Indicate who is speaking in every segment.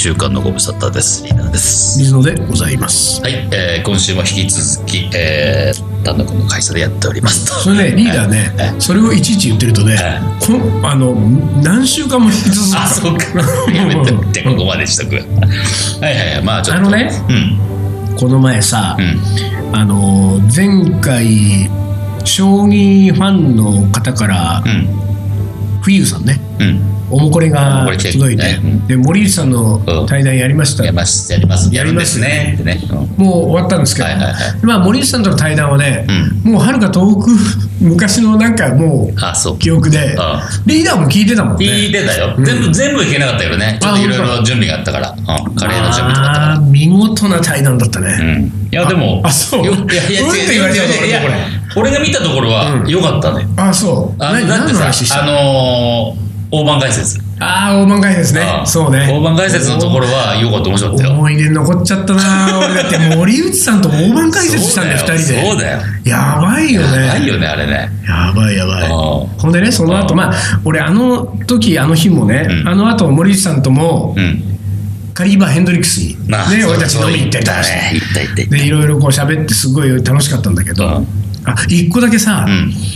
Speaker 1: 週間のご無沙汰です。リーダーです。
Speaker 2: 水野でございます。
Speaker 1: はい、今週も引き続き、単独の会社でやっておりますと。
Speaker 2: それね、リーダーね、それをいちいち言ってるとね、何週間も引き続く。
Speaker 1: あ、そうか。やめてみて、ここまでしとく。はいはいはい、まあちょっと。
Speaker 2: この前さ、前回将棋ファンの方から、冬さんね、おもこれが届いて、で森内さんの対談やりました。
Speaker 1: やりますね。
Speaker 2: もう終わったんですけど、まあ森内さんとの対談はね、もうはるか遠く昔のなんかもう記憶で、リーダーも聞いてたもんね。
Speaker 1: 聞いてたよ。全部聞けなかったけどね。ちょっといろいろ準備があったから、カレーの準備とかあったから。
Speaker 2: 見事な対談だったね。
Speaker 1: いやでも、
Speaker 2: そう。
Speaker 1: いや俺が見たところは良かったね。
Speaker 2: あ、そう。
Speaker 1: だってさ、大盤解説。
Speaker 2: 大盤解説ね。そうね。
Speaker 1: 大盤解説のところは良かった、面白かったよ。
Speaker 2: 思い出残っちゃったな。俺だって森内さんと大盤解説したんだよ、2人で。
Speaker 1: そうだよ。
Speaker 2: やばいよね。
Speaker 1: やばいよね、あれね。
Speaker 2: やばい。ほんでね、その後、まあ、俺あの時、あの日もね、あの後森内さんとも、カリーバーヘンドリックスに、俺たち飲み行ったりとかして、で、いろいろこう喋ってすごい楽しかったんだけど、一個だけさ、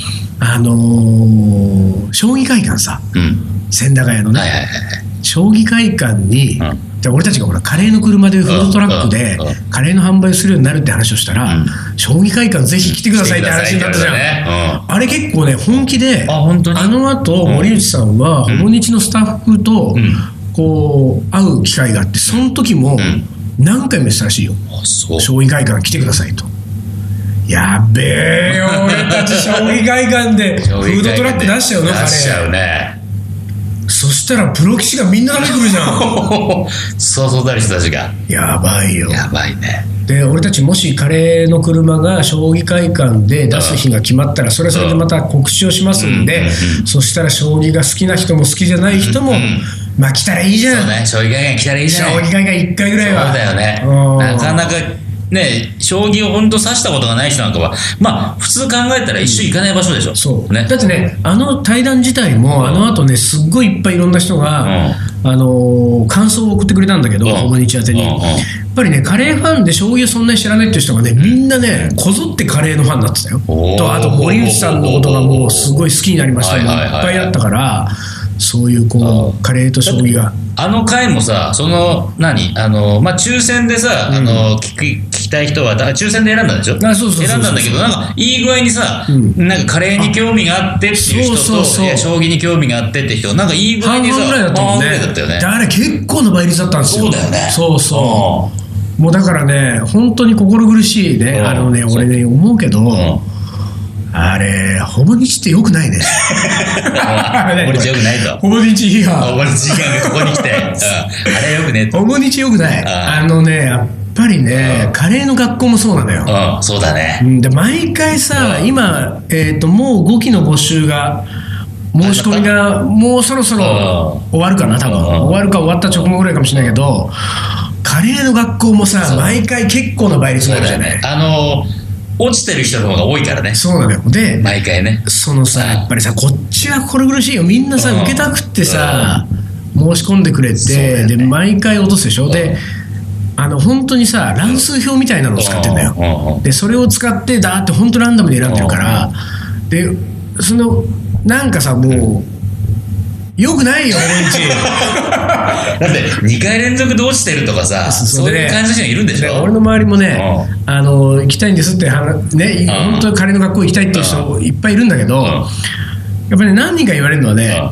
Speaker 2: 将棋会館さ、千駄ヶ谷のね、将棋会館に、俺たちがほらカレーの車でフードトラックでカレーの販売するようになるって話をしたら、将棋会館ぜひ来てくださいって話になったじゃん。あれ結構ね、本気で、あの後森内さんはほぼ日のスタッフとこう会う機会があって、その時も何回も言ってたらしいよ。将棋会館来てくださいと。やべえよ、俺たち将棋会館でフードトラック出しちゃうの、カレー。
Speaker 1: 出しちゃうね。
Speaker 2: そしたらプロ棋士がみんな食べてくるじゃん。
Speaker 1: そうだり人たちが。
Speaker 2: やばいよ。
Speaker 1: やばいね。
Speaker 2: で、俺たちもしカレーの車が将棋会館で出す日が決まったら、それでまた告知をしますんで、そしたら将棋が好きな人も好きじゃない人も、まあ来たらいいじゃん。
Speaker 1: そうね、将棋会館来たらいいじゃん。
Speaker 2: 将棋会館1回ぐらいは。
Speaker 1: そうだよね。なかなかね、将棋を本当指したことがない人なんかは、まあ普通考えたら一緒行かない場所でしょ。
Speaker 2: そうね。だってね、あの対談自体も、あの後ね、すっごいいっぱいいろんな人が、感想を送ってくれたんだけど、ほぼ日宛てに。やっぱりね、カレーファンで将棋をそんなに知らないっていう人がね、みんなね、こぞってカレーのファンになってたよ。と、あと森内さんのことがもうすごい好きになりましたもいっぱいあったから、そういうこうカレーと将棋が。
Speaker 1: あの回もさ、そのまあ抽選でさ、聞きたい人は抽選で選んだんでしょ。選んだんだけど、なんかいい具合にさ、なんかカレーに興味があってっていう人と、将棋に興味があってって人、なんかいい具合にさ、
Speaker 2: 半々ぐらいだったもんね。あれ結構な倍率だったんですよ。
Speaker 1: そうだよね。
Speaker 2: そうもうだからね、本当に心苦しいね。俺ね思うけど。あれ、ほぼ日ってよくないね。
Speaker 1: ほぼ日よくないと。
Speaker 2: ほぼ日批判。
Speaker 1: ほぼ日批判がここに来て。あれよくねと。
Speaker 2: ほぼ日よくない。やっぱりね、カレーの学校もそうなのよ。
Speaker 1: そうだね。
Speaker 2: で、毎回さ、今、もう5期の募集が、申し込みがもうそろそろ終わるかな、多分。終わるか終わった直後ぐらいかもしれないけど、カレーの学校もさ、毎回結構な倍率になるじゃない。
Speaker 1: 落ちてる人の方が多いからね。
Speaker 2: そうなのよ。で、
Speaker 1: 毎回ね。
Speaker 2: そのさ、やっぱりさ、こっちは心苦しいよ。みんなさ、受けたくってさ、申し込んでくれて、で、毎回落とすでしょ。で、本当にさ、乱数表みたいなのを使ってんだよ。で、それを使って、だーって本当ランダムで選んでるから、で、なんかさ、もう、よくないよ、
Speaker 1: だって2回連続で落ちてるとかさ、そういう感じの人がいるんでしょ。
Speaker 2: 俺の周りもね、行きたいんですってね、本当にカレーの学校行きたいっていう人いっぱいいるんだけど、やっぱり何人か言われるのはね、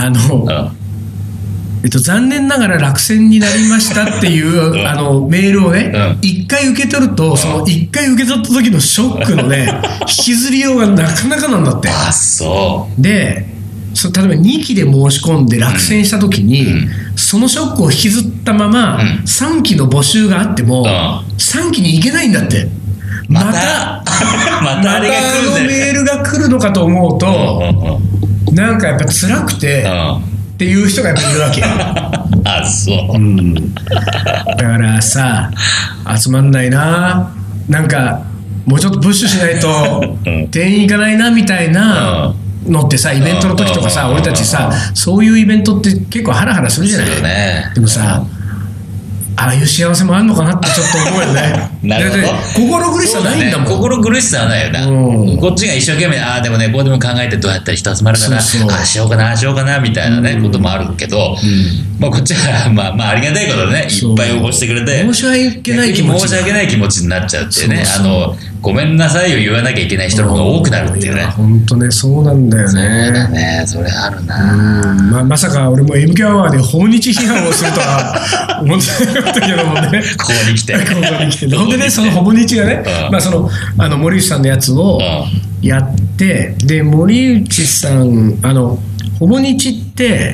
Speaker 2: 残念ながら落選になりましたっていうメールをね、1回受け取ると、その1回受け取った時のショックのね、引きずりようがなかなかなんだって。で、例えば2期で申し込んで落選した時に、そのショックを引きずったまま3期の募集があっても3期に行けないんだって。またあのメールが来るのかと思うと、なんかやっぱ辛くてっていう人がやっぱいるわけ。だからさ、集まんないな、なんかもうちょっとプッシュしないと定員いかないなみたいなのってさ、イベントの時とかさ、俺たちさ、そういうイベントって結構ハラハラするじゃない。でもさ、 ああいう幸せもあるのかなってちょっと思うよね。
Speaker 1: なるほど。
Speaker 2: 心苦しさないんだもん。
Speaker 1: 心苦しさはないよな。こっちが一生懸命、ああでもね、こうでも考えてどうやったら人集まるかな、ああしようかな、ああしようかなみたいなね、こともあるけど、まあこっちはまあありがたいことでね、いっぱい応募してくれて、
Speaker 2: 申し訳ない気
Speaker 1: 持ちになっちゃうっていうね、ごめんなさいを言わなきゃいけない人の方が多くなるっていうね。
Speaker 2: 本当ね、そうなんだよね。
Speaker 1: そうだね、それあるな。
Speaker 2: まさか俺も MQ アワーで訪日批判をするとは思ってなかったけどもね。
Speaker 1: ここに来て。
Speaker 2: ほんでね、その訪日がね、森内さんのやつをやって、で、森内さん、ほぼ日って、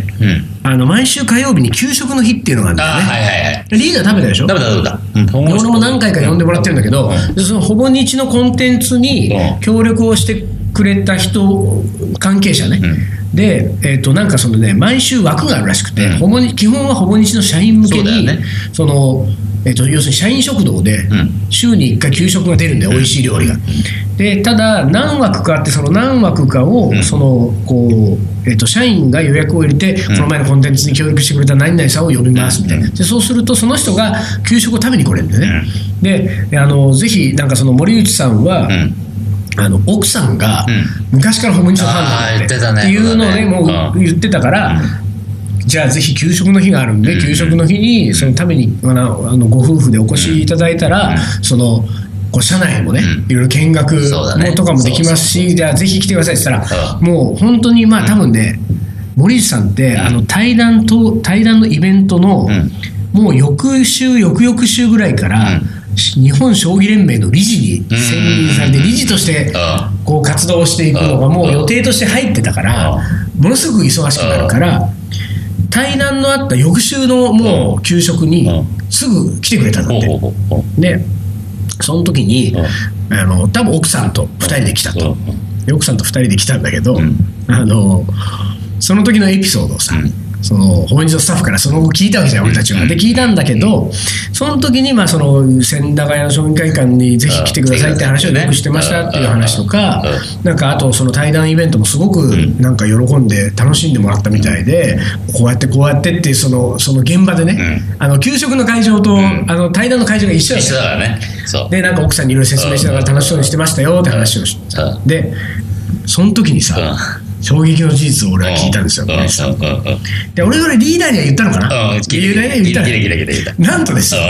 Speaker 2: 毎週火曜日に給食の日っていうのがあるんだよね。リーダー食べたでしょ。
Speaker 1: 食べた。
Speaker 2: 俺も何回か呼んでもらってるんだけど、そのほぼ日のコンテンツに協力をしてくれた人、関係者ね。で、なんかそのね、毎週枠があるらしくて、基本はほぼ日の社員向けに、その、要するに社員食堂で週に1回給食が出るんだよ、美味しい料理が。でただ何枠かあって、その何枠かをそのこう、社員が予約を入れて、この前のコンテンツに協力してくれた何々さんを呼びますみたいな。でそうするとその人が給食を食べに来れるんだよね。でぜひなんかその森内さんは、奥さんが昔からほぼ日のファンなんだっていうのでもう言ってたから、じゃあぜひ給食の日があるんで、給食の日にそのためにご夫婦でお越しいただいたら、その社内もね、いろいろ見学とかもできますし、じゃあぜひ来てくださいって言ったら、もう本当に多分ね、森内さんって対談のイベントのもう翌々週ぐらいから日本将棋連盟の理事に選任されて、理事としてこう活動していくのがもう予定として入ってたから、ものすごく忙しくなるから、対談のあった翌週のもう給食にすぐ来てくれたんだって。でその時に多分奥さんと2人で来たと。奥さんと2人で来たんだけど、その時のエピソードをさ、その本日のスタッフからその後聞いたわけじゃん、俺たちは。で聞いたんだけど、その時にその千駄ヶ谷の将棋会館にぜひ来てくださいって話をよくしてましたっていう話とか、なんかあとその対談イベントもすごくなんか喜んで楽しんでもらったみたいで、こうやってっていうその現場でね、給食の会場と対談の会場が一緒だからね。でなんか奥さんにいろいろ説明しながら楽しそうにしてましたよって話をして、でその時にさ、衝撃の事実を俺は聞いたんですよ、森内さん。で俺リーダーには言ったのかな。リーダーには言った。なんとですよ、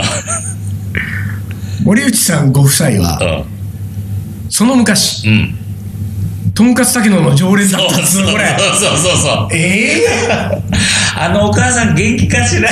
Speaker 2: 森内さんご夫妻はその昔、とんかつたけのの常連だったんですよ、これ。
Speaker 1: そう。お母さん元気かしら。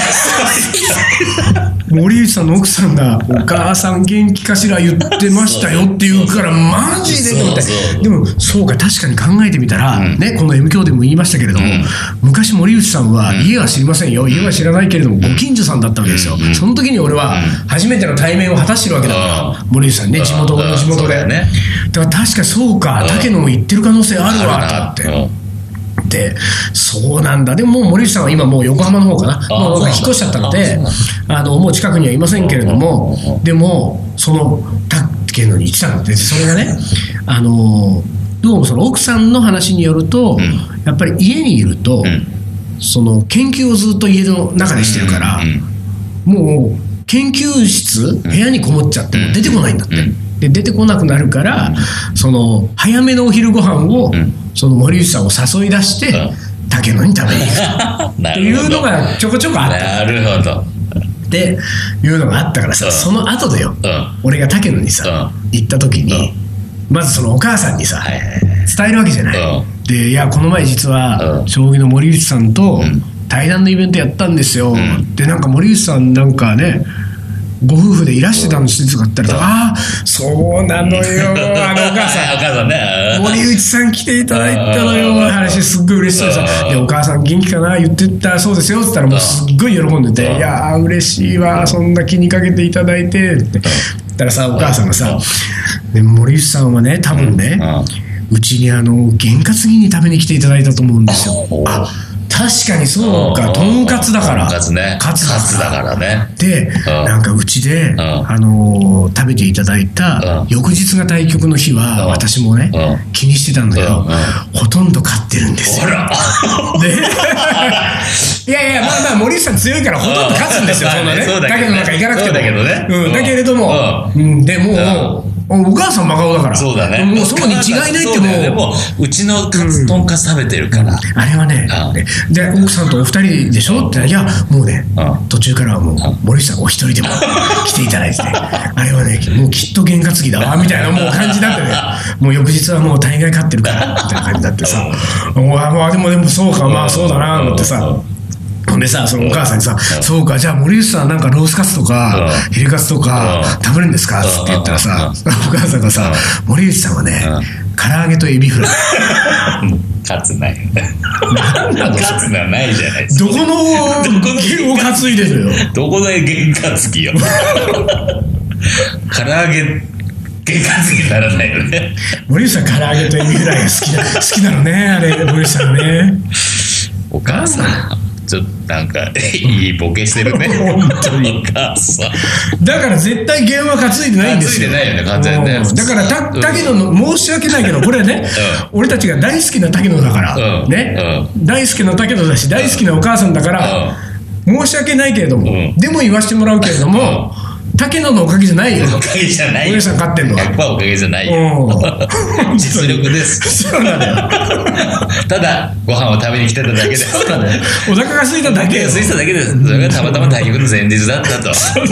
Speaker 2: 森内さんの奥さんがお母さん元気かしら言ってましたよって言うから、マジでと思って。でもそうか、確かに考えてみたら、ね、この M 教でも言いましたけれども、昔森内さんは家は知りませんよ、家は知らないけれどもご近所さんだったわけですよ。その時に俺は初めての対面を果たしてるわけだから、森内さんね、地元で。だから確かそうか、竹野も行ってる可能性あるわと思って。でそうなんだ。でももう森内さんは今もう横浜の方かな、もう引っ越しちゃったのでもう近くにはいませんけれども、でもその竹野に行ってたので、それがねどうもその奥さんの話によると、やっぱり家にいると、その研究をずっと家の中でしてるから、もう研究室部屋にこもっちゃっても出てこないんだって。で出てこなくなるから、その早めのお昼ご飯を、その森内さんを誘い出して竹野に食べに行くっていうのがちょこちょこあった。
Speaker 1: なるほど。
Speaker 2: っていうのがあったからさ、その後でよ、俺が竹野にさ、行った時に、まずそのお母さんにさ、伝えるわけじゃない。でいやこの前実は将棋の森内さんと対談のイベントやったんですよ。でなんか森内さんなんかね、ご夫婦でいらしてたんですとか言ったら、ああそうなのよ、お母さん
Speaker 1: ね、
Speaker 2: 森内さん来ていただいたのよ話すっごい嬉しそうでさ、でお母さん元気かな言ってたそうですよって言ったら、もうすっごい喜んでて、いやー嬉しいわ、そんな気にかけていただいてって言ったらさ、お母さんがさ、で森内さんはね多分ね、うちに験担ぎに食べに来ていただいたと思うんですよ。あ、確かにそうか、とんかつだから、
Speaker 1: カツだからね。
Speaker 2: でなんかうちで食べていただいた翌日が対局の日は、私もね気にしてたんだけど、ほとんど勝ってるんですよ。 いやいや、まあまあ森内さん強いからほとんど勝つんですよ、そんなね。だけどなんか行かなくても。
Speaker 1: そうだけどね。
Speaker 2: だけれども、でもお母さん真顔だから。
Speaker 1: そうだね。
Speaker 2: もうそうに違いないってもう。
Speaker 1: でもうちのとんかつ食べてるから。
Speaker 2: あれはね、で奥さんとお二人でしょって、いやもうね途中からはもう森下さんお一人でも来ていただいて、あれはねもうきっと験担ぎだわみたいなもう感じだってね、もう翌日はもう大概勝ってるからみたいな感じだってさ、でもそうか、まあそうだなってさ。でさ、そのお母さんにさ、そうか、じゃあ森内さんなんかロースカツとかヒレカツとか食べるんですかって言ったらさ、お母さんがさ、森内さんはね唐揚げとエビフライ。
Speaker 1: カツないよね。カツないじゃないです
Speaker 2: か。どこの弦を担いでるよ。
Speaker 1: どこの験担ぎよ。唐揚げ験担ぎにならないよね。
Speaker 2: 森内さん唐揚げとエビフライが好きなのね、あれ森内さんね。
Speaker 1: お母さんちょっとなんかいいボケしてるね。
Speaker 2: 本当に。だから絶対弦は担いでないんですよ。
Speaker 1: 担いでないよね、完全にね。
Speaker 2: だから竹野の申し訳ないけど、これね、俺たちが大好きな竹野だからね、大好きな竹野だし大好きなお母さんだから申し訳ないけれども、でも言わせてもらうけれども、竹野のおかげじゃないよ。
Speaker 1: おかげじゃないよ。
Speaker 2: お姉さん勝ってんのは。
Speaker 1: 100%おかげじゃないよ。実力です。
Speaker 2: そうなんだよ。
Speaker 1: ただ、ご飯を食べに来てただけです。
Speaker 2: そうなんだよ。お腹が空いただけ。
Speaker 1: 空いただけです。それがたまたま対局の前日だったと。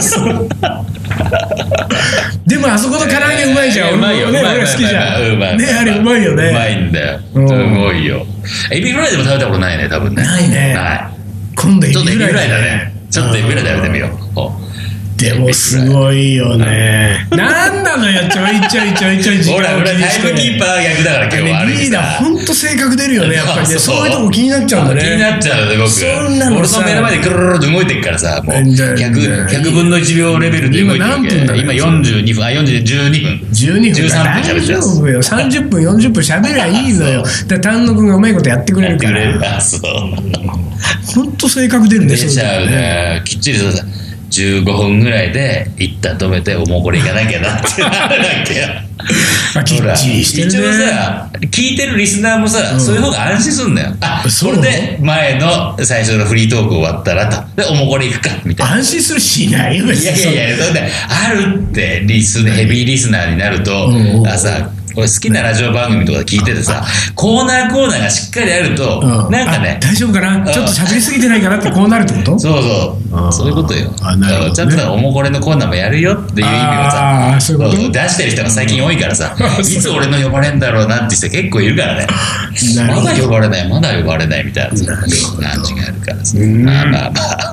Speaker 2: でもあそこの唐揚げうまいじゃん。
Speaker 1: うまいよ。
Speaker 2: 俺好きじゃん。ね、あれうまいよね。
Speaker 1: うまいんだよ。すごいよ。エビフライでも食べたことないね、多分ね。
Speaker 2: ないね。
Speaker 1: ない。
Speaker 2: 今度エビフライ
Speaker 1: だね。ちょっとエビフライ食べてみよう。
Speaker 2: でもすごいよね。なんなのよ、ちょいちょい
Speaker 1: ほら、タイムキーパー逆だから今日は
Speaker 2: リーダー、ほんと性格出るよね、やっぱりね。そういうとこ気になっちゃうんだね。
Speaker 1: 気になっちゃうね、僕。
Speaker 2: そんなのさ。
Speaker 1: 俺の目の前でクルルルと動いてるからさ、もう100分の1秒レベルで動いてるわけ。今42分、12分。13分喋ってます。
Speaker 2: 30分、40分喋りゃいいのよ。丹野くんがうまいことやってくれるから。
Speaker 1: そう。
Speaker 2: ほんと性格出るね。
Speaker 1: 出ちゃうね。きっちりそうさ。15分ぐらいで一旦止めて、もうこれ行かなきゃなってなるわけよ。
Speaker 2: きっちりしてるね。
Speaker 1: 一応さ、聞いてるリスナーもさ、そういう方が安心するんだよ。これで前の最初のフリートーク終わったらと。で、おもこれ行くか、みたいな。
Speaker 2: 安心するしないよ、別に。
Speaker 1: いや、それで、あるってヘビーリスナーになると、さ、俺好きなラジオ番組とか聞いててさ、コーナーがしっかりあると、なんかね、
Speaker 2: 大丈夫かな、ちょっと喋りすぎてないかなってこうなるってこと？
Speaker 1: そうそう、そういうことよ。ちゃんとおもこれのコーナーもやるよっていう意味をさ、出してる人が最近多いからさ、いつ俺の呼ばれんだろうなって人結構いるからね。まだ呼ばれないみたいな感じがあるからさ。まあ。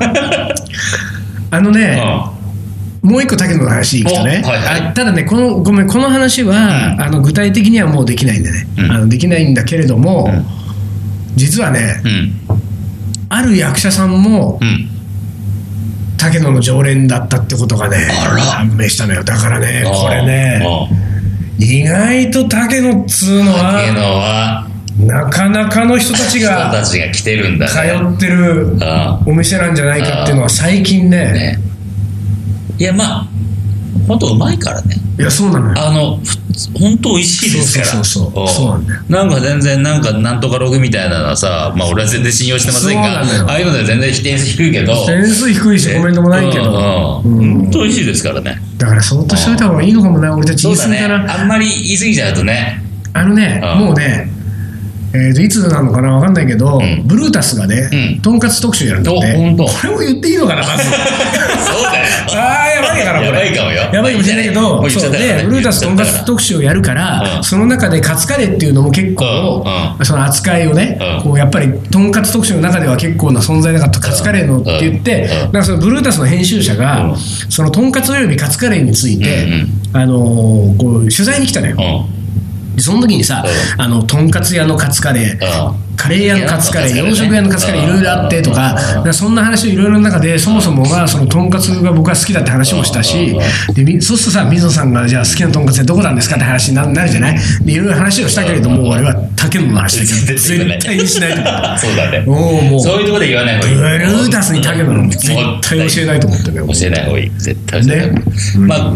Speaker 2: もう一個竹野の話いくとね、ただね、この話は具体的にはもうできないんでね、できないんだけれども、実はね、ある役者さんも竹野の常連だったってことがね判明したのよ。だからね、これね、意外と竹野っつうのはなかなかの人たちが
Speaker 1: 来てるんだね、
Speaker 2: 通ってるお店なんじゃないかっていうのは最近ね。
Speaker 1: いや、まあ本当うまいからね。
Speaker 2: いや、そうなのよ。
Speaker 1: 本当美味しいですから。
Speaker 2: そうなんだよ。
Speaker 1: なんか全然なんとかログみたいなのはさ、まあ俺は全然信用してませんが、ああいうのでは全然点数低いけど、
Speaker 2: 点数低いしコメントもないけど、
Speaker 1: 本当美味しいですからね。
Speaker 2: だからそっとしといた方がいいのかもな。俺たち言い過ぎかな。
Speaker 1: あんまり言い過ぎちゃうとね、
Speaker 2: もうね、いつなのかな分かんないけど、ブルータスがね、とんかつ特集やるんだって。これも言っていいのかな、まず。
Speaker 1: そうだよ。
Speaker 2: やばいから、これ。
Speaker 1: やばいかもよ。
Speaker 2: やばいかもしれないけど、そうで、ブルータスとんかつ特集をやるから、その中でカツカレーっていうのも結構、その扱いをね、やっぱりとんかつ特集の中では結構な存在なかったカツカレーのって言って、なんかそのブルータスの編集者が、そのとんかつおよびカツカレーについて、取材に来たのよ。その時にさ、とんかつ屋のカツカレー、カレー屋のカツカレー、洋食屋のカツカレーいろいろあってとか、そんな話をいろいろな中で、そもそもはそのとんかつが僕は好きだって話もしたし、でそうするとさ、水野さんがじゃあ好きなとんかつってどこなんですかって話になるじゃない。でいろいろ話をしたけれども、俺は竹野の話だけど絶対にしないと思った。
Speaker 1: そうだね。
Speaker 2: もう
Speaker 1: そういうところで言わない方がいい。
Speaker 2: ブルータスに竹野の絶対教えないと思ったけど。
Speaker 1: 教えない方がいい。絶対教えない方がいい。まあ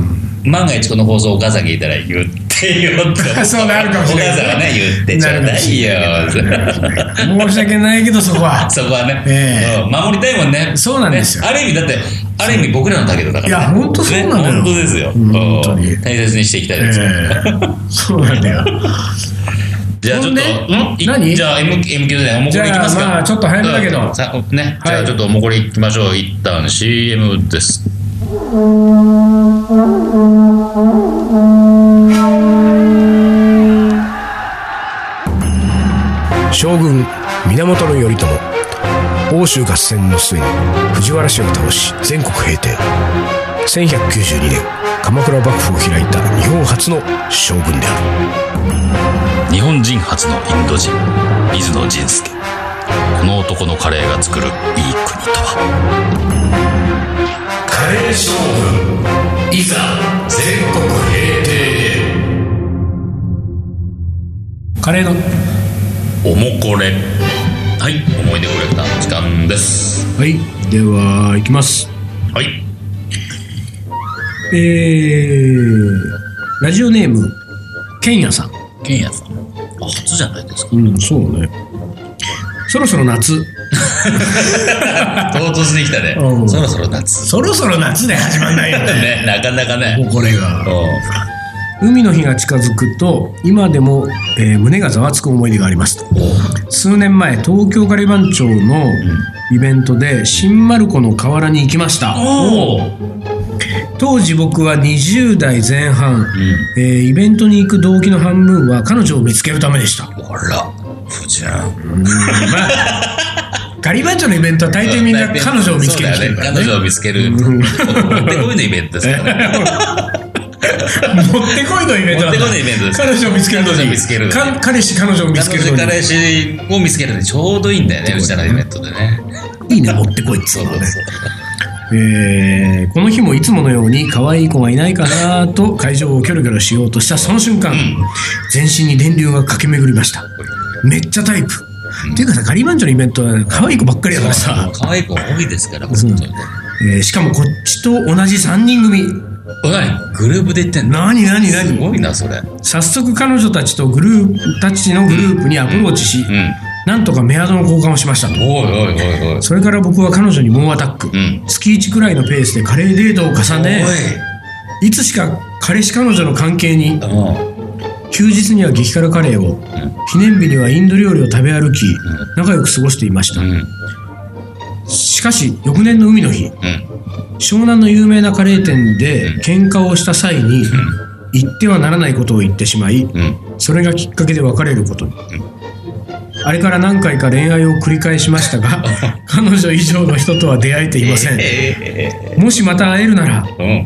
Speaker 1: 万が一この放送お母さん聞いたら言ってよって
Speaker 2: そうなるかもしれない。
Speaker 1: お母さんはね言ってちょうだい
Speaker 2: よ。申し訳ないけどそこは
Speaker 1: ね、守りたいもんね。
Speaker 2: そうなんですよ。
Speaker 1: ある意味だってある意味僕らのだけどだから、
Speaker 2: いや本当そうなんだよ。
Speaker 1: 本当ですよ。本当に大切にしていきたいですよ。
Speaker 2: そうなんだよ。
Speaker 1: じゃあちょっと
Speaker 2: 何？
Speaker 1: じゃあ M 級でおもこりいきますか。
Speaker 2: まあちょっと早めだけど
Speaker 1: ね。じゃあちょっとおもこりいきましょう。一旦 CM です。
Speaker 2: 将軍源頼朝欧州合戦の末に藤原氏を倒し全国平定。1192年鎌倉幕府を開いた日本初の将軍であ
Speaker 1: る。日本人初のインド人水野仁介。この男のカレーが作るいい国とは。カレー将軍いざ全国平定へ。
Speaker 2: カレーの
Speaker 1: おもこれ。はい、思い出コレクターの時間です。
Speaker 2: はい、では行きます。
Speaker 1: はい。
Speaker 2: ラジオネームケンヤさん。
Speaker 1: ケンヤさん、初じゃないですか。
Speaker 2: そうね。そろそろ夏。
Speaker 1: 唐突に来たね。そろそろ夏。
Speaker 2: そろそろ夏で始まんないよね。
Speaker 1: なかなかね。
Speaker 2: もうこれが。海の日が近づくと今でも、胸がざわつく思い出がありますと。数年前東京カリバン町のイベントで新丸子の河原に行きました。当時僕は20代前半、イベントに行く動機の半分は彼女を見つけるためでした。
Speaker 1: あら、ふじゃん。
Speaker 2: カリバン町のイベントは大抵みんな彼女を見つける人だからね。
Speaker 1: 彼女を見つける。持ってこいのイベントですからね。
Speaker 2: 持ってこいのイベントなんだ。彼女を見つけるのに彼氏彼女を見つけるのに
Speaker 1: 彼氏を見つけるのにちょうどいいんだよね。うちらのイベントでね。
Speaker 2: いいね、持ってこいっつうのね。この日もいつものように可愛い子がいないかなと会場をキョロキョロしようとしたその瞬間、全身に電流が駆け巡りました。めっちゃタイプ。っていうかさ、カリバン町のイベントは可愛い子ばっかりだからさ。
Speaker 1: 可愛い子多いですから、本当にね。
Speaker 2: しかもこっちと同じ3人組。
Speaker 1: グループで言ってんの？何
Speaker 2: す
Speaker 1: ごいなそれ。
Speaker 2: 早速彼女たちのグループにアプローチし、なんとかメアドの交換をしましたと。それから僕は彼女に猛アタック、月1くらいのペースでカレーデートを重ね、いつしか彼氏彼女の関係に。休日には激辛カレーを、記念日にはインド料理を食べ歩き、仲良く過ごしていました。しかし翌年の海の日、湘南の有名なカレー店で喧嘩をした際に、言ってはならないことを言ってしまい、それがきっかけで別れることに。あれから何回か恋愛を繰り返しましたが彼女以上の人とは出会えていません。もしまた会えるなら、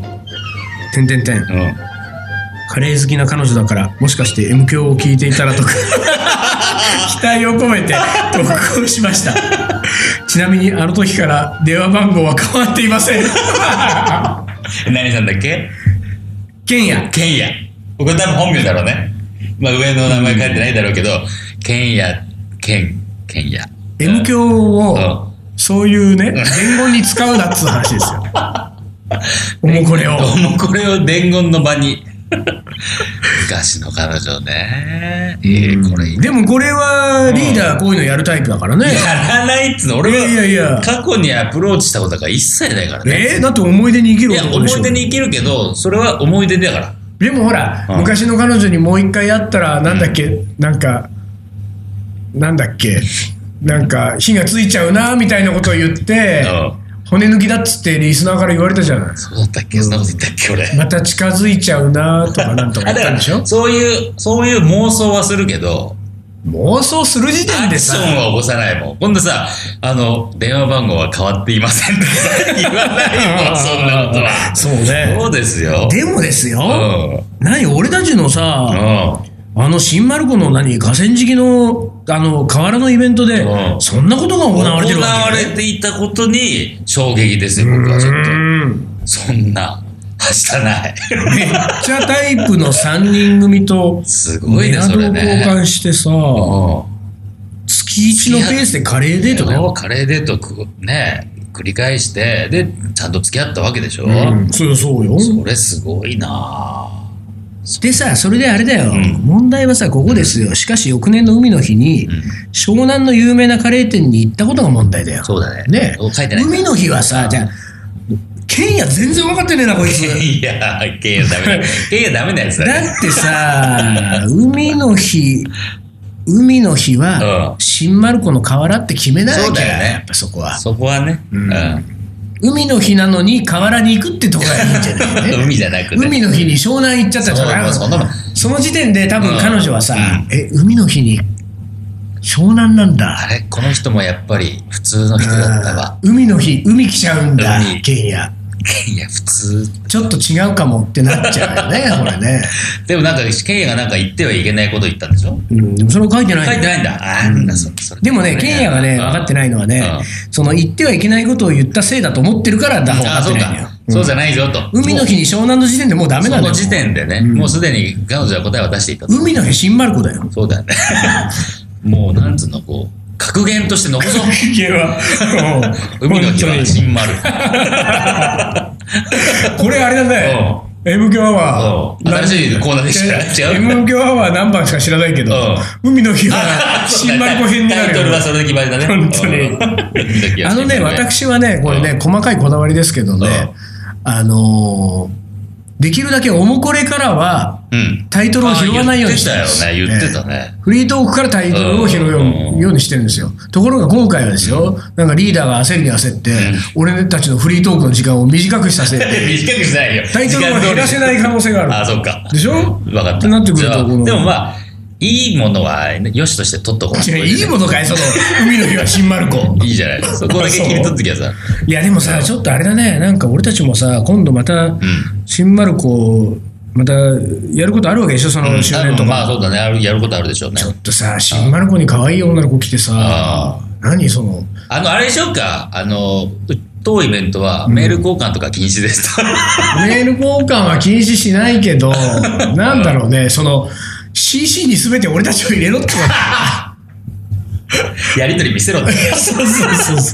Speaker 2: カレー好きな彼女だからもしかして M 響を聞いていたらとか期待を込めて投稿しました。ちなみにあの時から電話番号は変わっていません。
Speaker 1: 何さんだっけ？
Speaker 2: ケンヤ。
Speaker 1: これ多分本名だろうね。まあ上の名前書いてないだろうけど、ケンヤ。M 響をそういうね伝言に使うなっつう話ですよ。おもこれを伝言の場に。昔の彼女ね。これでもこれはリーダーこういうのやるタイプだからね。やらないっつうの。俺は過去にアプローチしたことが一切ないからね。
Speaker 2: だって思い出に生きる男でしょ。
Speaker 1: 思い出に生きるけどそれは思い出だから。
Speaker 2: でもほら、昔の彼女にもう一回会ったらなんだっけ、なんか火がついちゃうなみたいなことを言って、骨抜きだっつってリスナーから言われたじゃない。
Speaker 1: そうだったっけ？そんなこと言ったっけ俺。
Speaker 2: また近づいちゃうなとかなんとか言ったんでしょ。
Speaker 1: そういう妄想はするけど、
Speaker 2: 妄想する時点でさ、
Speaker 1: アクションは起こさないもん。今度さ、電話番号は変わっていませんってさ言わないもん、そんなことは。
Speaker 2: そうね。
Speaker 1: そうですよ。
Speaker 2: でもですよ。俺たちのさ、新丸子の河川敷の河原のイベントで、そんなことが行われてるわけ、
Speaker 1: 行われていたことに衝撃ですよ、僕はちょっと。そんなはしたない。
Speaker 2: めっちゃタイプの3人組と
Speaker 1: すごいね、それね。
Speaker 2: メアドを交換してさ、月1のペースでカレーデートだよ。
Speaker 1: カレーデートね。 繰り返して、でちゃんと付き合ったわけでしょ。
Speaker 2: そうよ。
Speaker 1: それすごいな。
Speaker 2: でさ、それであれだよ、問題はさ、ここですよ。しかし翌年の海の日に、湘南の有名なカレー店に行ったことが問題だよ。
Speaker 1: そうだね。
Speaker 2: ね、
Speaker 1: 書いてない。
Speaker 2: 海の日はさ、じゃあケンヤ全然分かってねえなこいつ。
Speaker 1: いやケンヤダメだ。ケンヤダメなやつだね。
Speaker 2: だってさ、海の日は新丸子の河原って決めないわけやね。やっぱそこは。
Speaker 1: そこはね。
Speaker 2: 海の日なのに河原に行くってとこがいいんじゃないね。
Speaker 1: 海じゃなくて、
Speaker 2: 海の日に湘南行っちゃったらその時点で多分彼女はさ、海の日に湘南なんだ。
Speaker 1: あれこの人もやっぱり普通の人だったわ。
Speaker 2: 海の日海来ちゃうんだ。ケンヤ
Speaker 1: 普通
Speaker 2: ちょっと違うかもってなっちゃうよねこれね。
Speaker 1: でもなんかケンヤがなんか言ってはいけないこと言ったんでしょ。
Speaker 2: でもそれは書いてない。
Speaker 1: 書いてないんだ。
Speaker 2: でもね、ケンヤがね分かってないのはね、その言ってはいけないことを言ったせいだと思ってるから分かってないのよ。
Speaker 1: そうじゃないぞと。
Speaker 2: 海の日に湘南の時点でもうダメなんだよ。
Speaker 1: その時点でね、もうすでに彼女は答えを出していた。
Speaker 2: 海の日新丸子だよ。
Speaker 1: そうだよね。もうなんつうのこう格言として残そう。海の日は新丸。
Speaker 2: これあれだね。M 響アワー。
Speaker 1: 新しいコーナーでした。
Speaker 2: M 響アワー何番しか知らないけど、海の日は新丸子編になるよ。
Speaker 1: タイトルはそれで決まりだね。
Speaker 2: 本当に。私はね、これね、細かいこだわりですけどね、できるだけおもこれからはタイトルを拾わないようにしてるんです。
Speaker 1: 言ってたね。
Speaker 2: フリートークからタイトルを拾うようにしてるんですよ。ところが今回はですよ、なんかリーダーが焦りに焦って、俺たちのフリートークの時間を短くさせて、
Speaker 1: 短くしないよ。
Speaker 2: タイトルを減らせない可能性がある。
Speaker 1: あ、そっか。
Speaker 2: でしょ？
Speaker 1: 分かった。
Speaker 2: ってなってくると、
Speaker 1: でもまあ、いいものはよしとして取っとこう。
Speaker 2: いいものかい、その海の日は新丸子。
Speaker 1: いいじゃない。そこだけ切り取ってきゃさ。
Speaker 2: いやでもさ、ちょっとあれだね、なんか俺たちもさ、今度また新丸子またやることあるわけでしょ、その周年とか。
Speaker 1: まあそうだね、やることあるでしょうね。
Speaker 2: ちょっとさ、新丸子に可愛い女の子来てさ、何その
Speaker 1: あれでしょうか、当イベントはメール交換とか禁止ですと。
Speaker 2: メール交換は禁止しないけど、なんだろうね、その CC に全て俺たちを入れろってこと
Speaker 1: やりとり見せろって。
Speaker 2: そう、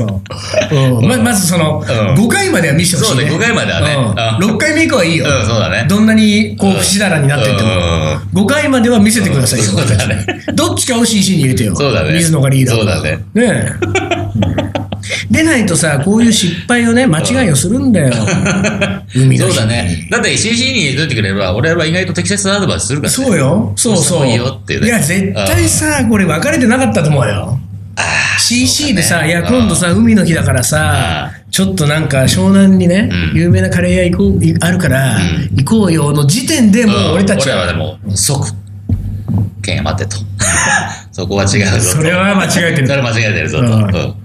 Speaker 2: まずその5回までは見せてほしいね。
Speaker 1: そうね、5回まではね。
Speaker 2: 6回目以降はいいよ。
Speaker 1: そうだね。
Speaker 2: どんなにこう不死だらになってっても5回までは見せてくださいよ。
Speaker 1: そうだね。
Speaker 2: どっちかを CC に入れてよ。
Speaker 1: そうだね。
Speaker 2: 水野がリーダー。
Speaker 1: そうだね。
Speaker 2: ねえ。出ないとさ、こういう失敗をね、間違いをするんだよ。海の日。
Speaker 1: そうだね。だって CC に入れといてくれれば、俺は意外と適切なアドバイスするからね。
Speaker 2: そうよ。そう。
Speaker 1: いいよっていうね。
Speaker 2: いや、絶対さ、これ分かれてなかったと思うよ。CC でさ、いや、今度さ、海の日だからさ、ちょっとなんか湘南にね、有名なカレー屋あるから、行こうよの時点でもう俺たち
Speaker 1: は。俺はでも、即、ケンヤ待てと。そこは違うぞと。
Speaker 2: それは間違えてる。
Speaker 1: それは間違えてるぞと。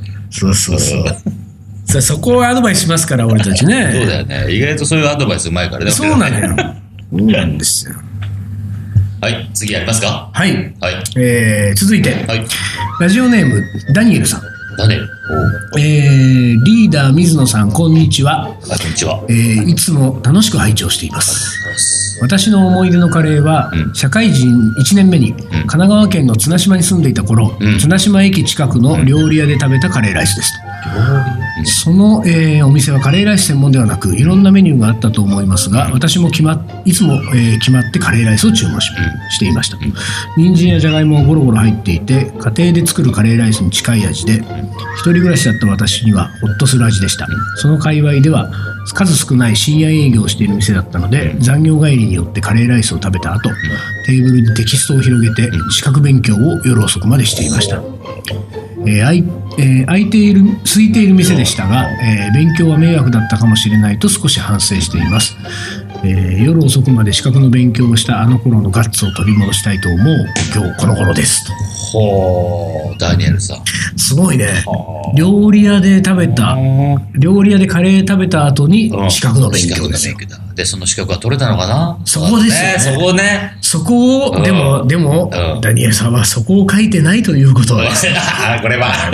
Speaker 2: そこをアドバイスしますから、俺たちね。
Speaker 1: そうだよね。意外とそういうアドバイスうまいからね。
Speaker 2: そうなのよ。そうなんですよ。
Speaker 1: はい、次やりますか。
Speaker 2: はい。続いて、ラジオネームダニエルさん。
Speaker 1: ダニエル。
Speaker 2: リーダー水野さん、こんにちは。
Speaker 1: こんにちは。
Speaker 2: いつも楽しく拝聴しています。私の思い出のカレーは、社会人1年目に神奈川県の綱島に住んでいた頃、綱島駅近くの料理屋で食べたカレーライスですと。その、お店はカレーライス専門ではなくいろんなメニューがあったと思いますが、私もいつも、決まってカレーライスを注文していました。人参やじゃがいもがゴロゴロ入っていて、家庭で作るカレーライスに近い味で、一人暮らしだった私にはホッとする味でした。その界隈では数少ない深夜営業をしている店だったので、残業帰りによってカレーライスを食べた後、テーブルにテキストを広げて資格勉強を夜遅くまでしていました。空いている空いている店でしたが、勉強は迷惑だったかもしれないと少し反省しています。夜遅くまで資格の勉強をしたあの頃のガッツを取り戻したいと思う今日この頃ですと。
Speaker 1: ほー、ダニエルさん
Speaker 2: すごいね。料理屋でカレー食べた後に資格の勉強ですよ。
Speaker 1: でその資格は取れたのかな。
Speaker 2: そこですよね。そこをでもダニエルさんはそこを書いてないということです。
Speaker 1: これは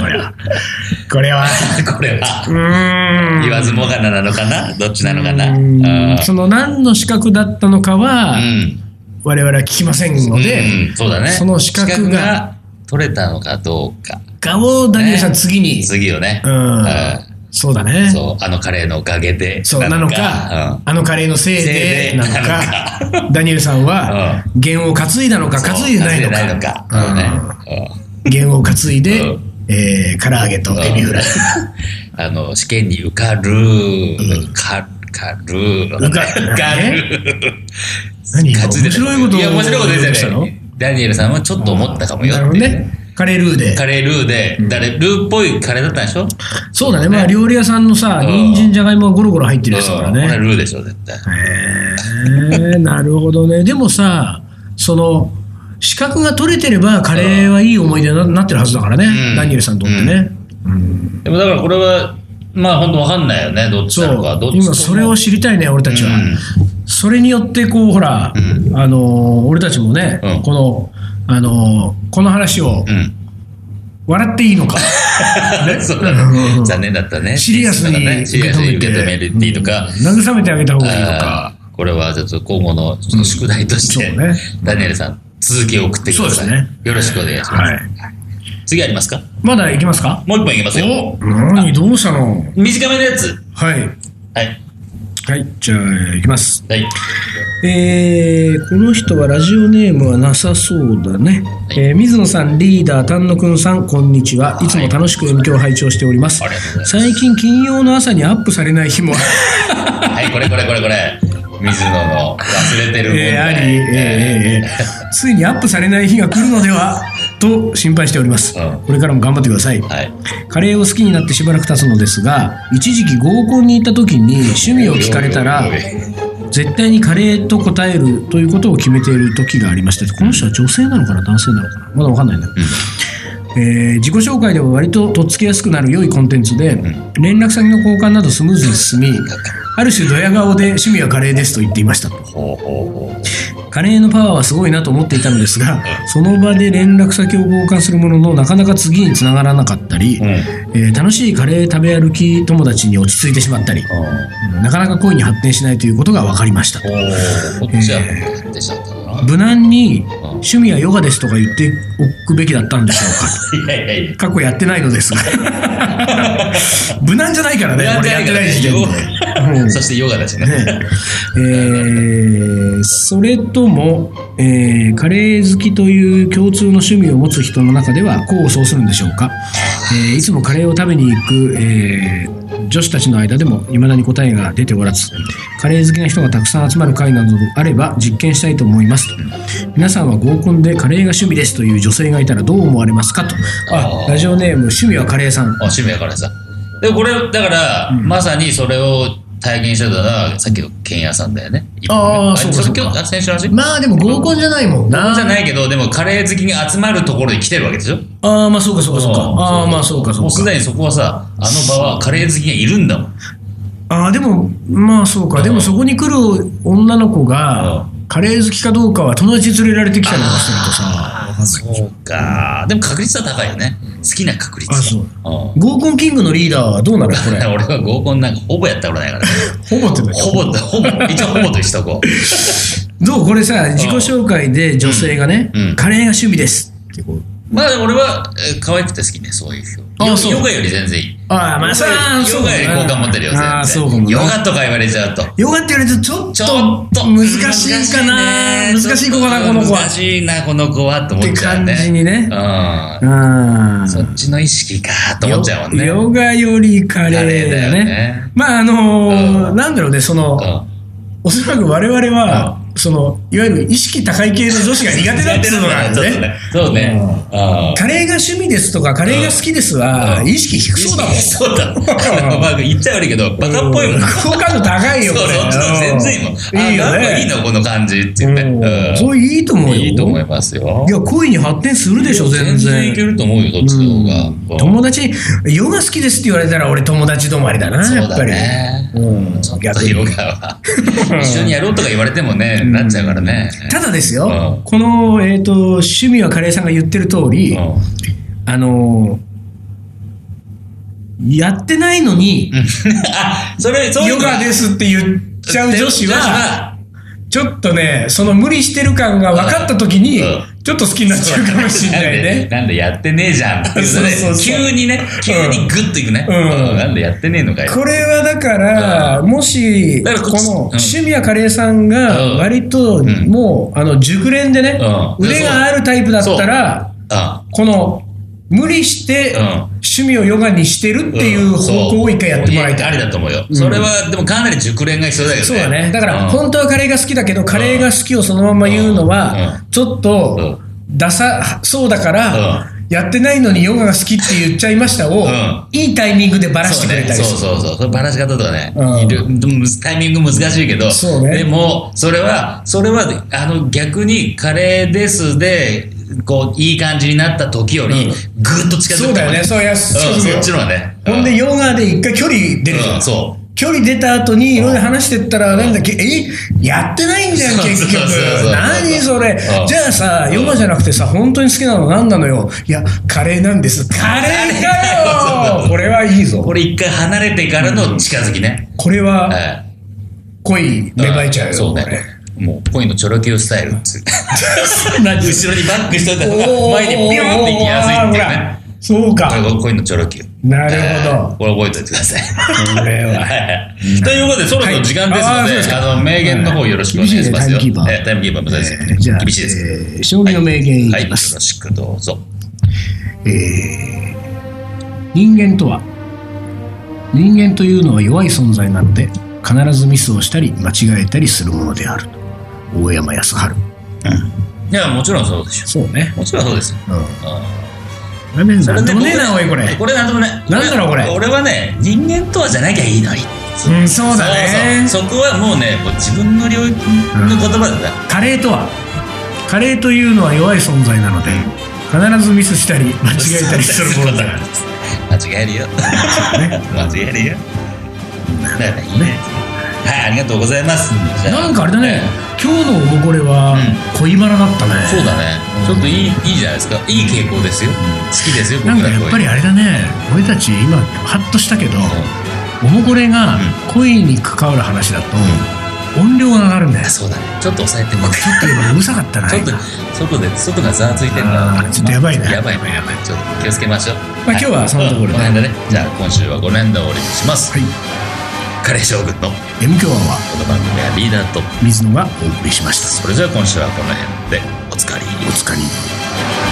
Speaker 1: 言わずもがななのかな、どっちなのかな。
Speaker 2: その何の資格だったのかは我々は聞きませんので、
Speaker 1: そうだね。
Speaker 2: その資格が
Speaker 1: 取れたのかどうか
Speaker 2: をダニエルさん次
Speaker 1: をね、
Speaker 2: そうだね。
Speaker 1: そう、あのカレーのおかげで。
Speaker 2: そうなのか、あのカレーのせいでなのか、ダニエルさんは、弦を担いだのか、担いでないのか。弦を担いで、唐揚げとエビフライ。
Speaker 1: 試験に受かる。
Speaker 2: 何面白いことを。
Speaker 1: いや、面白いことですよね。ダニエルさんはちょっと思ったかもよって。
Speaker 2: なるほどね。カレールーで。
Speaker 1: カレールーで、ルーっぽいカレーだったんでしょ？
Speaker 2: そうだね。まあ、料理屋さんのさ、人参じゃがいもがゴロゴロ入ってるやつだからね。
Speaker 1: これルーでしょ、絶対。
Speaker 2: なるほどね。でもさ、資格が取れてれば、カレーはいい思い出になってるはずだからね。ダニエルさんにとってね。
Speaker 1: でもだからこれは、まあ本当わかんないよね。どっちなのか。
Speaker 2: 今それを知りたいね、俺たちは。それによってこうほら、俺たちもね、この話を笑っていいのか、
Speaker 1: 残念だったね。
Speaker 2: シリアスに受け止め
Speaker 1: るっていいとか、
Speaker 2: 慰めてあげた方がいいのか。
Speaker 1: これはちょっと今後の宿題としてダニエルさん続きを送ってください。よろしくお願いします。次ありますか？
Speaker 2: まだいきますか？
Speaker 1: もう一本いきますよ。
Speaker 2: 何どうしたの？
Speaker 1: 短めのやつ。
Speaker 2: はい。はい、じゃあ、いきます。
Speaker 1: はい。
Speaker 2: この人はラジオネームはなさそうだね。水野さん、リーダー、丹野くんさん、こんにちは。いつも楽しく M 響拝聴しております。最近、金曜の朝にアップされない日も。
Speaker 1: はい、これ。水野の忘れてる問題。
Speaker 2: ついにアップされない日が来るのではと心配しております。これからも頑張ってください。カレーを好きになってしばらく経つのですが、一時期合コンに行った時に趣味を聞かれたら絶対にカレーと答えるということを決めている時がありまして、この人は女性なのかな男性なのかなまだ分かんないんだけど、自己紹介では割ととっつきやすくなる良いコンテンツで、連絡先の交換などスムーズに進み、ある種ドヤ顔で趣味はカレーですと言っていました。カレーのパワーはすごいなと思っていたのですが、その場で連絡先を交換するもののなかなか次につながらなかったり、楽しいカレー食べ歩き友達に落ち着いてしまったり、なかなか恋に発展しないということが分かりました。無難に趣味はヨガですとか言っておくべきだったんでしょうか。過去やってないのですが無難じゃないからね、俺やってない時点で。
Speaker 1: そしてヨガだしね。
Speaker 2: それとも、カレー好きという共通の趣味を持つ人の中では功を奏するんでしょうか。いつもカレーを食べに行く、女子たちの間でも未だに答えが出ておらず、カレー好きな人がたくさん集まる会などあれば実験したいと思いますと。皆さんは合コンでカレーが趣味ですという女性がいたらどう思われますかと。ラジオネーム趣味はカレーさん。
Speaker 1: 趣味はカレーさんで、これだから、まさにそれを体験してたのはさっきの剣屋さんだよね。
Speaker 2: そうか。
Speaker 1: 先週の話。
Speaker 2: まあでも合コンじゃないもんな。
Speaker 1: 合コンじゃないけど、でもカレー好きに集まるところに来てるわけでしょ。
Speaker 2: まあそうか。まあそうか。
Speaker 1: もうすでにそこはさ、あの場はカレー好きがいるんだもん。
Speaker 2: でもまあそうか。でもそこに来る女の子がカレー好きかどうかは友達に連れられてきたりとかするとさ。
Speaker 1: そうか。でも確率は高いよね。好きな確率。
Speaker 2: 合コンキングのリーダーはどうなのこれ。
Speaker 1: 俺は合コンなんかほぼやったことないからね。
Speaker 2: ほぼって何？
Speaker 1: ほぼ一応ほぼとしとこう。
Speaker 2: どうこれさ、自己紹介で女性がね、カレーが趣味ですってこう。
Speaker 1: まあ俺は可愛くて好きね、そういう人。ヨガより全然いい。
Speaker 2: まあさ、
Speaker 1: ヨガより好感持ってるよ、全然。ヨガとか言われちゃうと。
Speaker 2: ヨガって言われるとちょっと難しいかな。難しい子かな、この子は。
Speaker 1: 難しいな、この子はって思っちゃうね。
Speaker 2: って感じにね。
Speaker 1: そっちの意識かと思っちゃうもんね。
Speaker 2: ヨガよりカレーだよね。まあなんだろうね、おそらく我々は、いわゆる意識高い系の女子が苦手だっていうのがあるね。
Speaker 1: そうね。
Speaker 2: カレーが趣味ですとか、カレーが好きですは、意識低そうだもん。
Speaker 1: そうだ。まあ言っちゃ悪いけど、バカっぽいもん。
Speaker 2: 好感度高いよ、これ。
Speaker 1: 全然いいもん。いいよね。いいの、この感じっていうね。
Speaker 2: そういいと思うよ。
Speaker 1: いいと思いますよ。
Speaker 2: いや、恋に発展するでしょ、全然。
Speaker 1: 全然いけると思うよ、どっちの方が。
Speaker 2: 友達、ヨガ好きですって言われたら、俺友達止まりだな、やっぱり。
Speaker 1: ちょっとヨガは。一緒にやろうとか言われてもね、なっちゃうからね。
Speaker 2: ただですよ、この、趣味はカレーさんが言ってる通り、やってないのに、ヨガですって言っちゃう女子は、ちょっとね、その無理してる感が分かった時に、 ちょっと好きになっちゃうかもしれないね。
Speaker 1: なんでやってねえじゃんっていうね、急にグッといくね。なんでやってねえのかよ。
Speaker 2: これはだから、もし、この趣味やカレーさんが割ともう熟練でね、腕があるタイプだったら、この無理して趣味をヨガにしてるっていう方向を一回やってもらいたい。
Speaker 1: ありだと思うよ。それはでもかなり熟練が必要だけどね。
Speaker 2: そうだね。だから本当はカレーが好きだけど、カレーが好きをそのまま言うのはちょっとダサそうだから、やってないのにヨガが好きって言っちゃいましたをいいタイミングでバラしてくれたりする。
Speaker 1: そうバラし方とかね、タイミング難しいけど、でもそれは逆にカレーですでこういい感じになった時よりぐっと近づく。
Speaker 2: そうだよね。そうや
Speaker 1: そっちのはね。
Speaker 2: ほんでヨガで一回距離出るじゃん。距離出た後にいろいろ話してったらなんだっけ、やってないんじゃん結局。何それ。じゃあさ、ヨガじゃなくてさ、本当に好きなの何なのよ。いやカレーなんです。カレーかよ。これはいいぞ。
Speaker 1: これ一回離れてからの近づきね。
Speaker 2: これは恋芽生えちゃうよ。
Speaker 1: そうね。もう恋のチョロ Q スタイルっつって後ろにバックしといた方が前にビューンって行きやすいっていうね。
Speaker 2: そうか。
Speaker 1: 恋のチョロ Q。
Speaker 2: なるほど。
Speaker 1: これ覚えておいてください。
Speaker 2: これは。
Speaker 1: ということでそろそろ時間ですので、名言の方よろしくお願いしますよ。タイムキーパー。タイムキーパーも大事です。
Speaker 2: じゃあ
Speaker 1: 厳しいです。
Speaker 2: 将棋の名言いきます。
Speaker 1: よろしくどうぞ。
Speaker 2: 人間というのは弱い存在なので必ずミスをしたり間違えたりするものである。大山康晴。
Speaker 1: いやもちろんそうでしょ。
Speaker 2: そうね。
Speaker 1: もちろんそうです。
Speaker 2: なんともねえなおいこれ。
Speaker 1: これなんともね。
Speaker 2: なんだろうこれ。
Speaker 1: 俺はね人間とはじゃなきゃいいのに。
Speaker 2: そうだね。
Speaker 1: そこはもうね自分の領域の言葉だ。
Speaker 2: カレーというのは弱い存在なので必ずミスしたり間違えたりするものだ。
Speaker 1: 間違えるよ。間違えるよ。だからいいね。はい、ありがとうございます。
Speaker 2: なんかあれだね、今日のおもこれは恋バナだったね。
Speaker 1: そうだね。ちょっといいじゃないですか。いい傾向ですよ。好きですよ。
Speaker 2: なんかやっぱりあれだね、俺たち今ハッとしたけど、おもこれが恋に関わる話だと音量が上がるんだよ。
Speaker 1: そうだね。ちょっと抑えてみて。
Speaker 2: ちょっと今うるさかったな。
Speaker 1: ちょっと外がざわついてるから。
Speaker 2: ちょっとやばいな。
Speaker 1: やばい。ちょっと気をつけましょう。
Speaker 2: まあ今日はそのところで。
Speaker 1: この辺でね。じゃあ今週はこの辺で終わりにします。はい。カレー将軍の
Speaker 2: M 強アワー。
Speaker 1: この番組はリーダーと
Speaker 2: 水野がお送りしました。
Speaker 1: それじゃあ今週はこの辺でおつかり。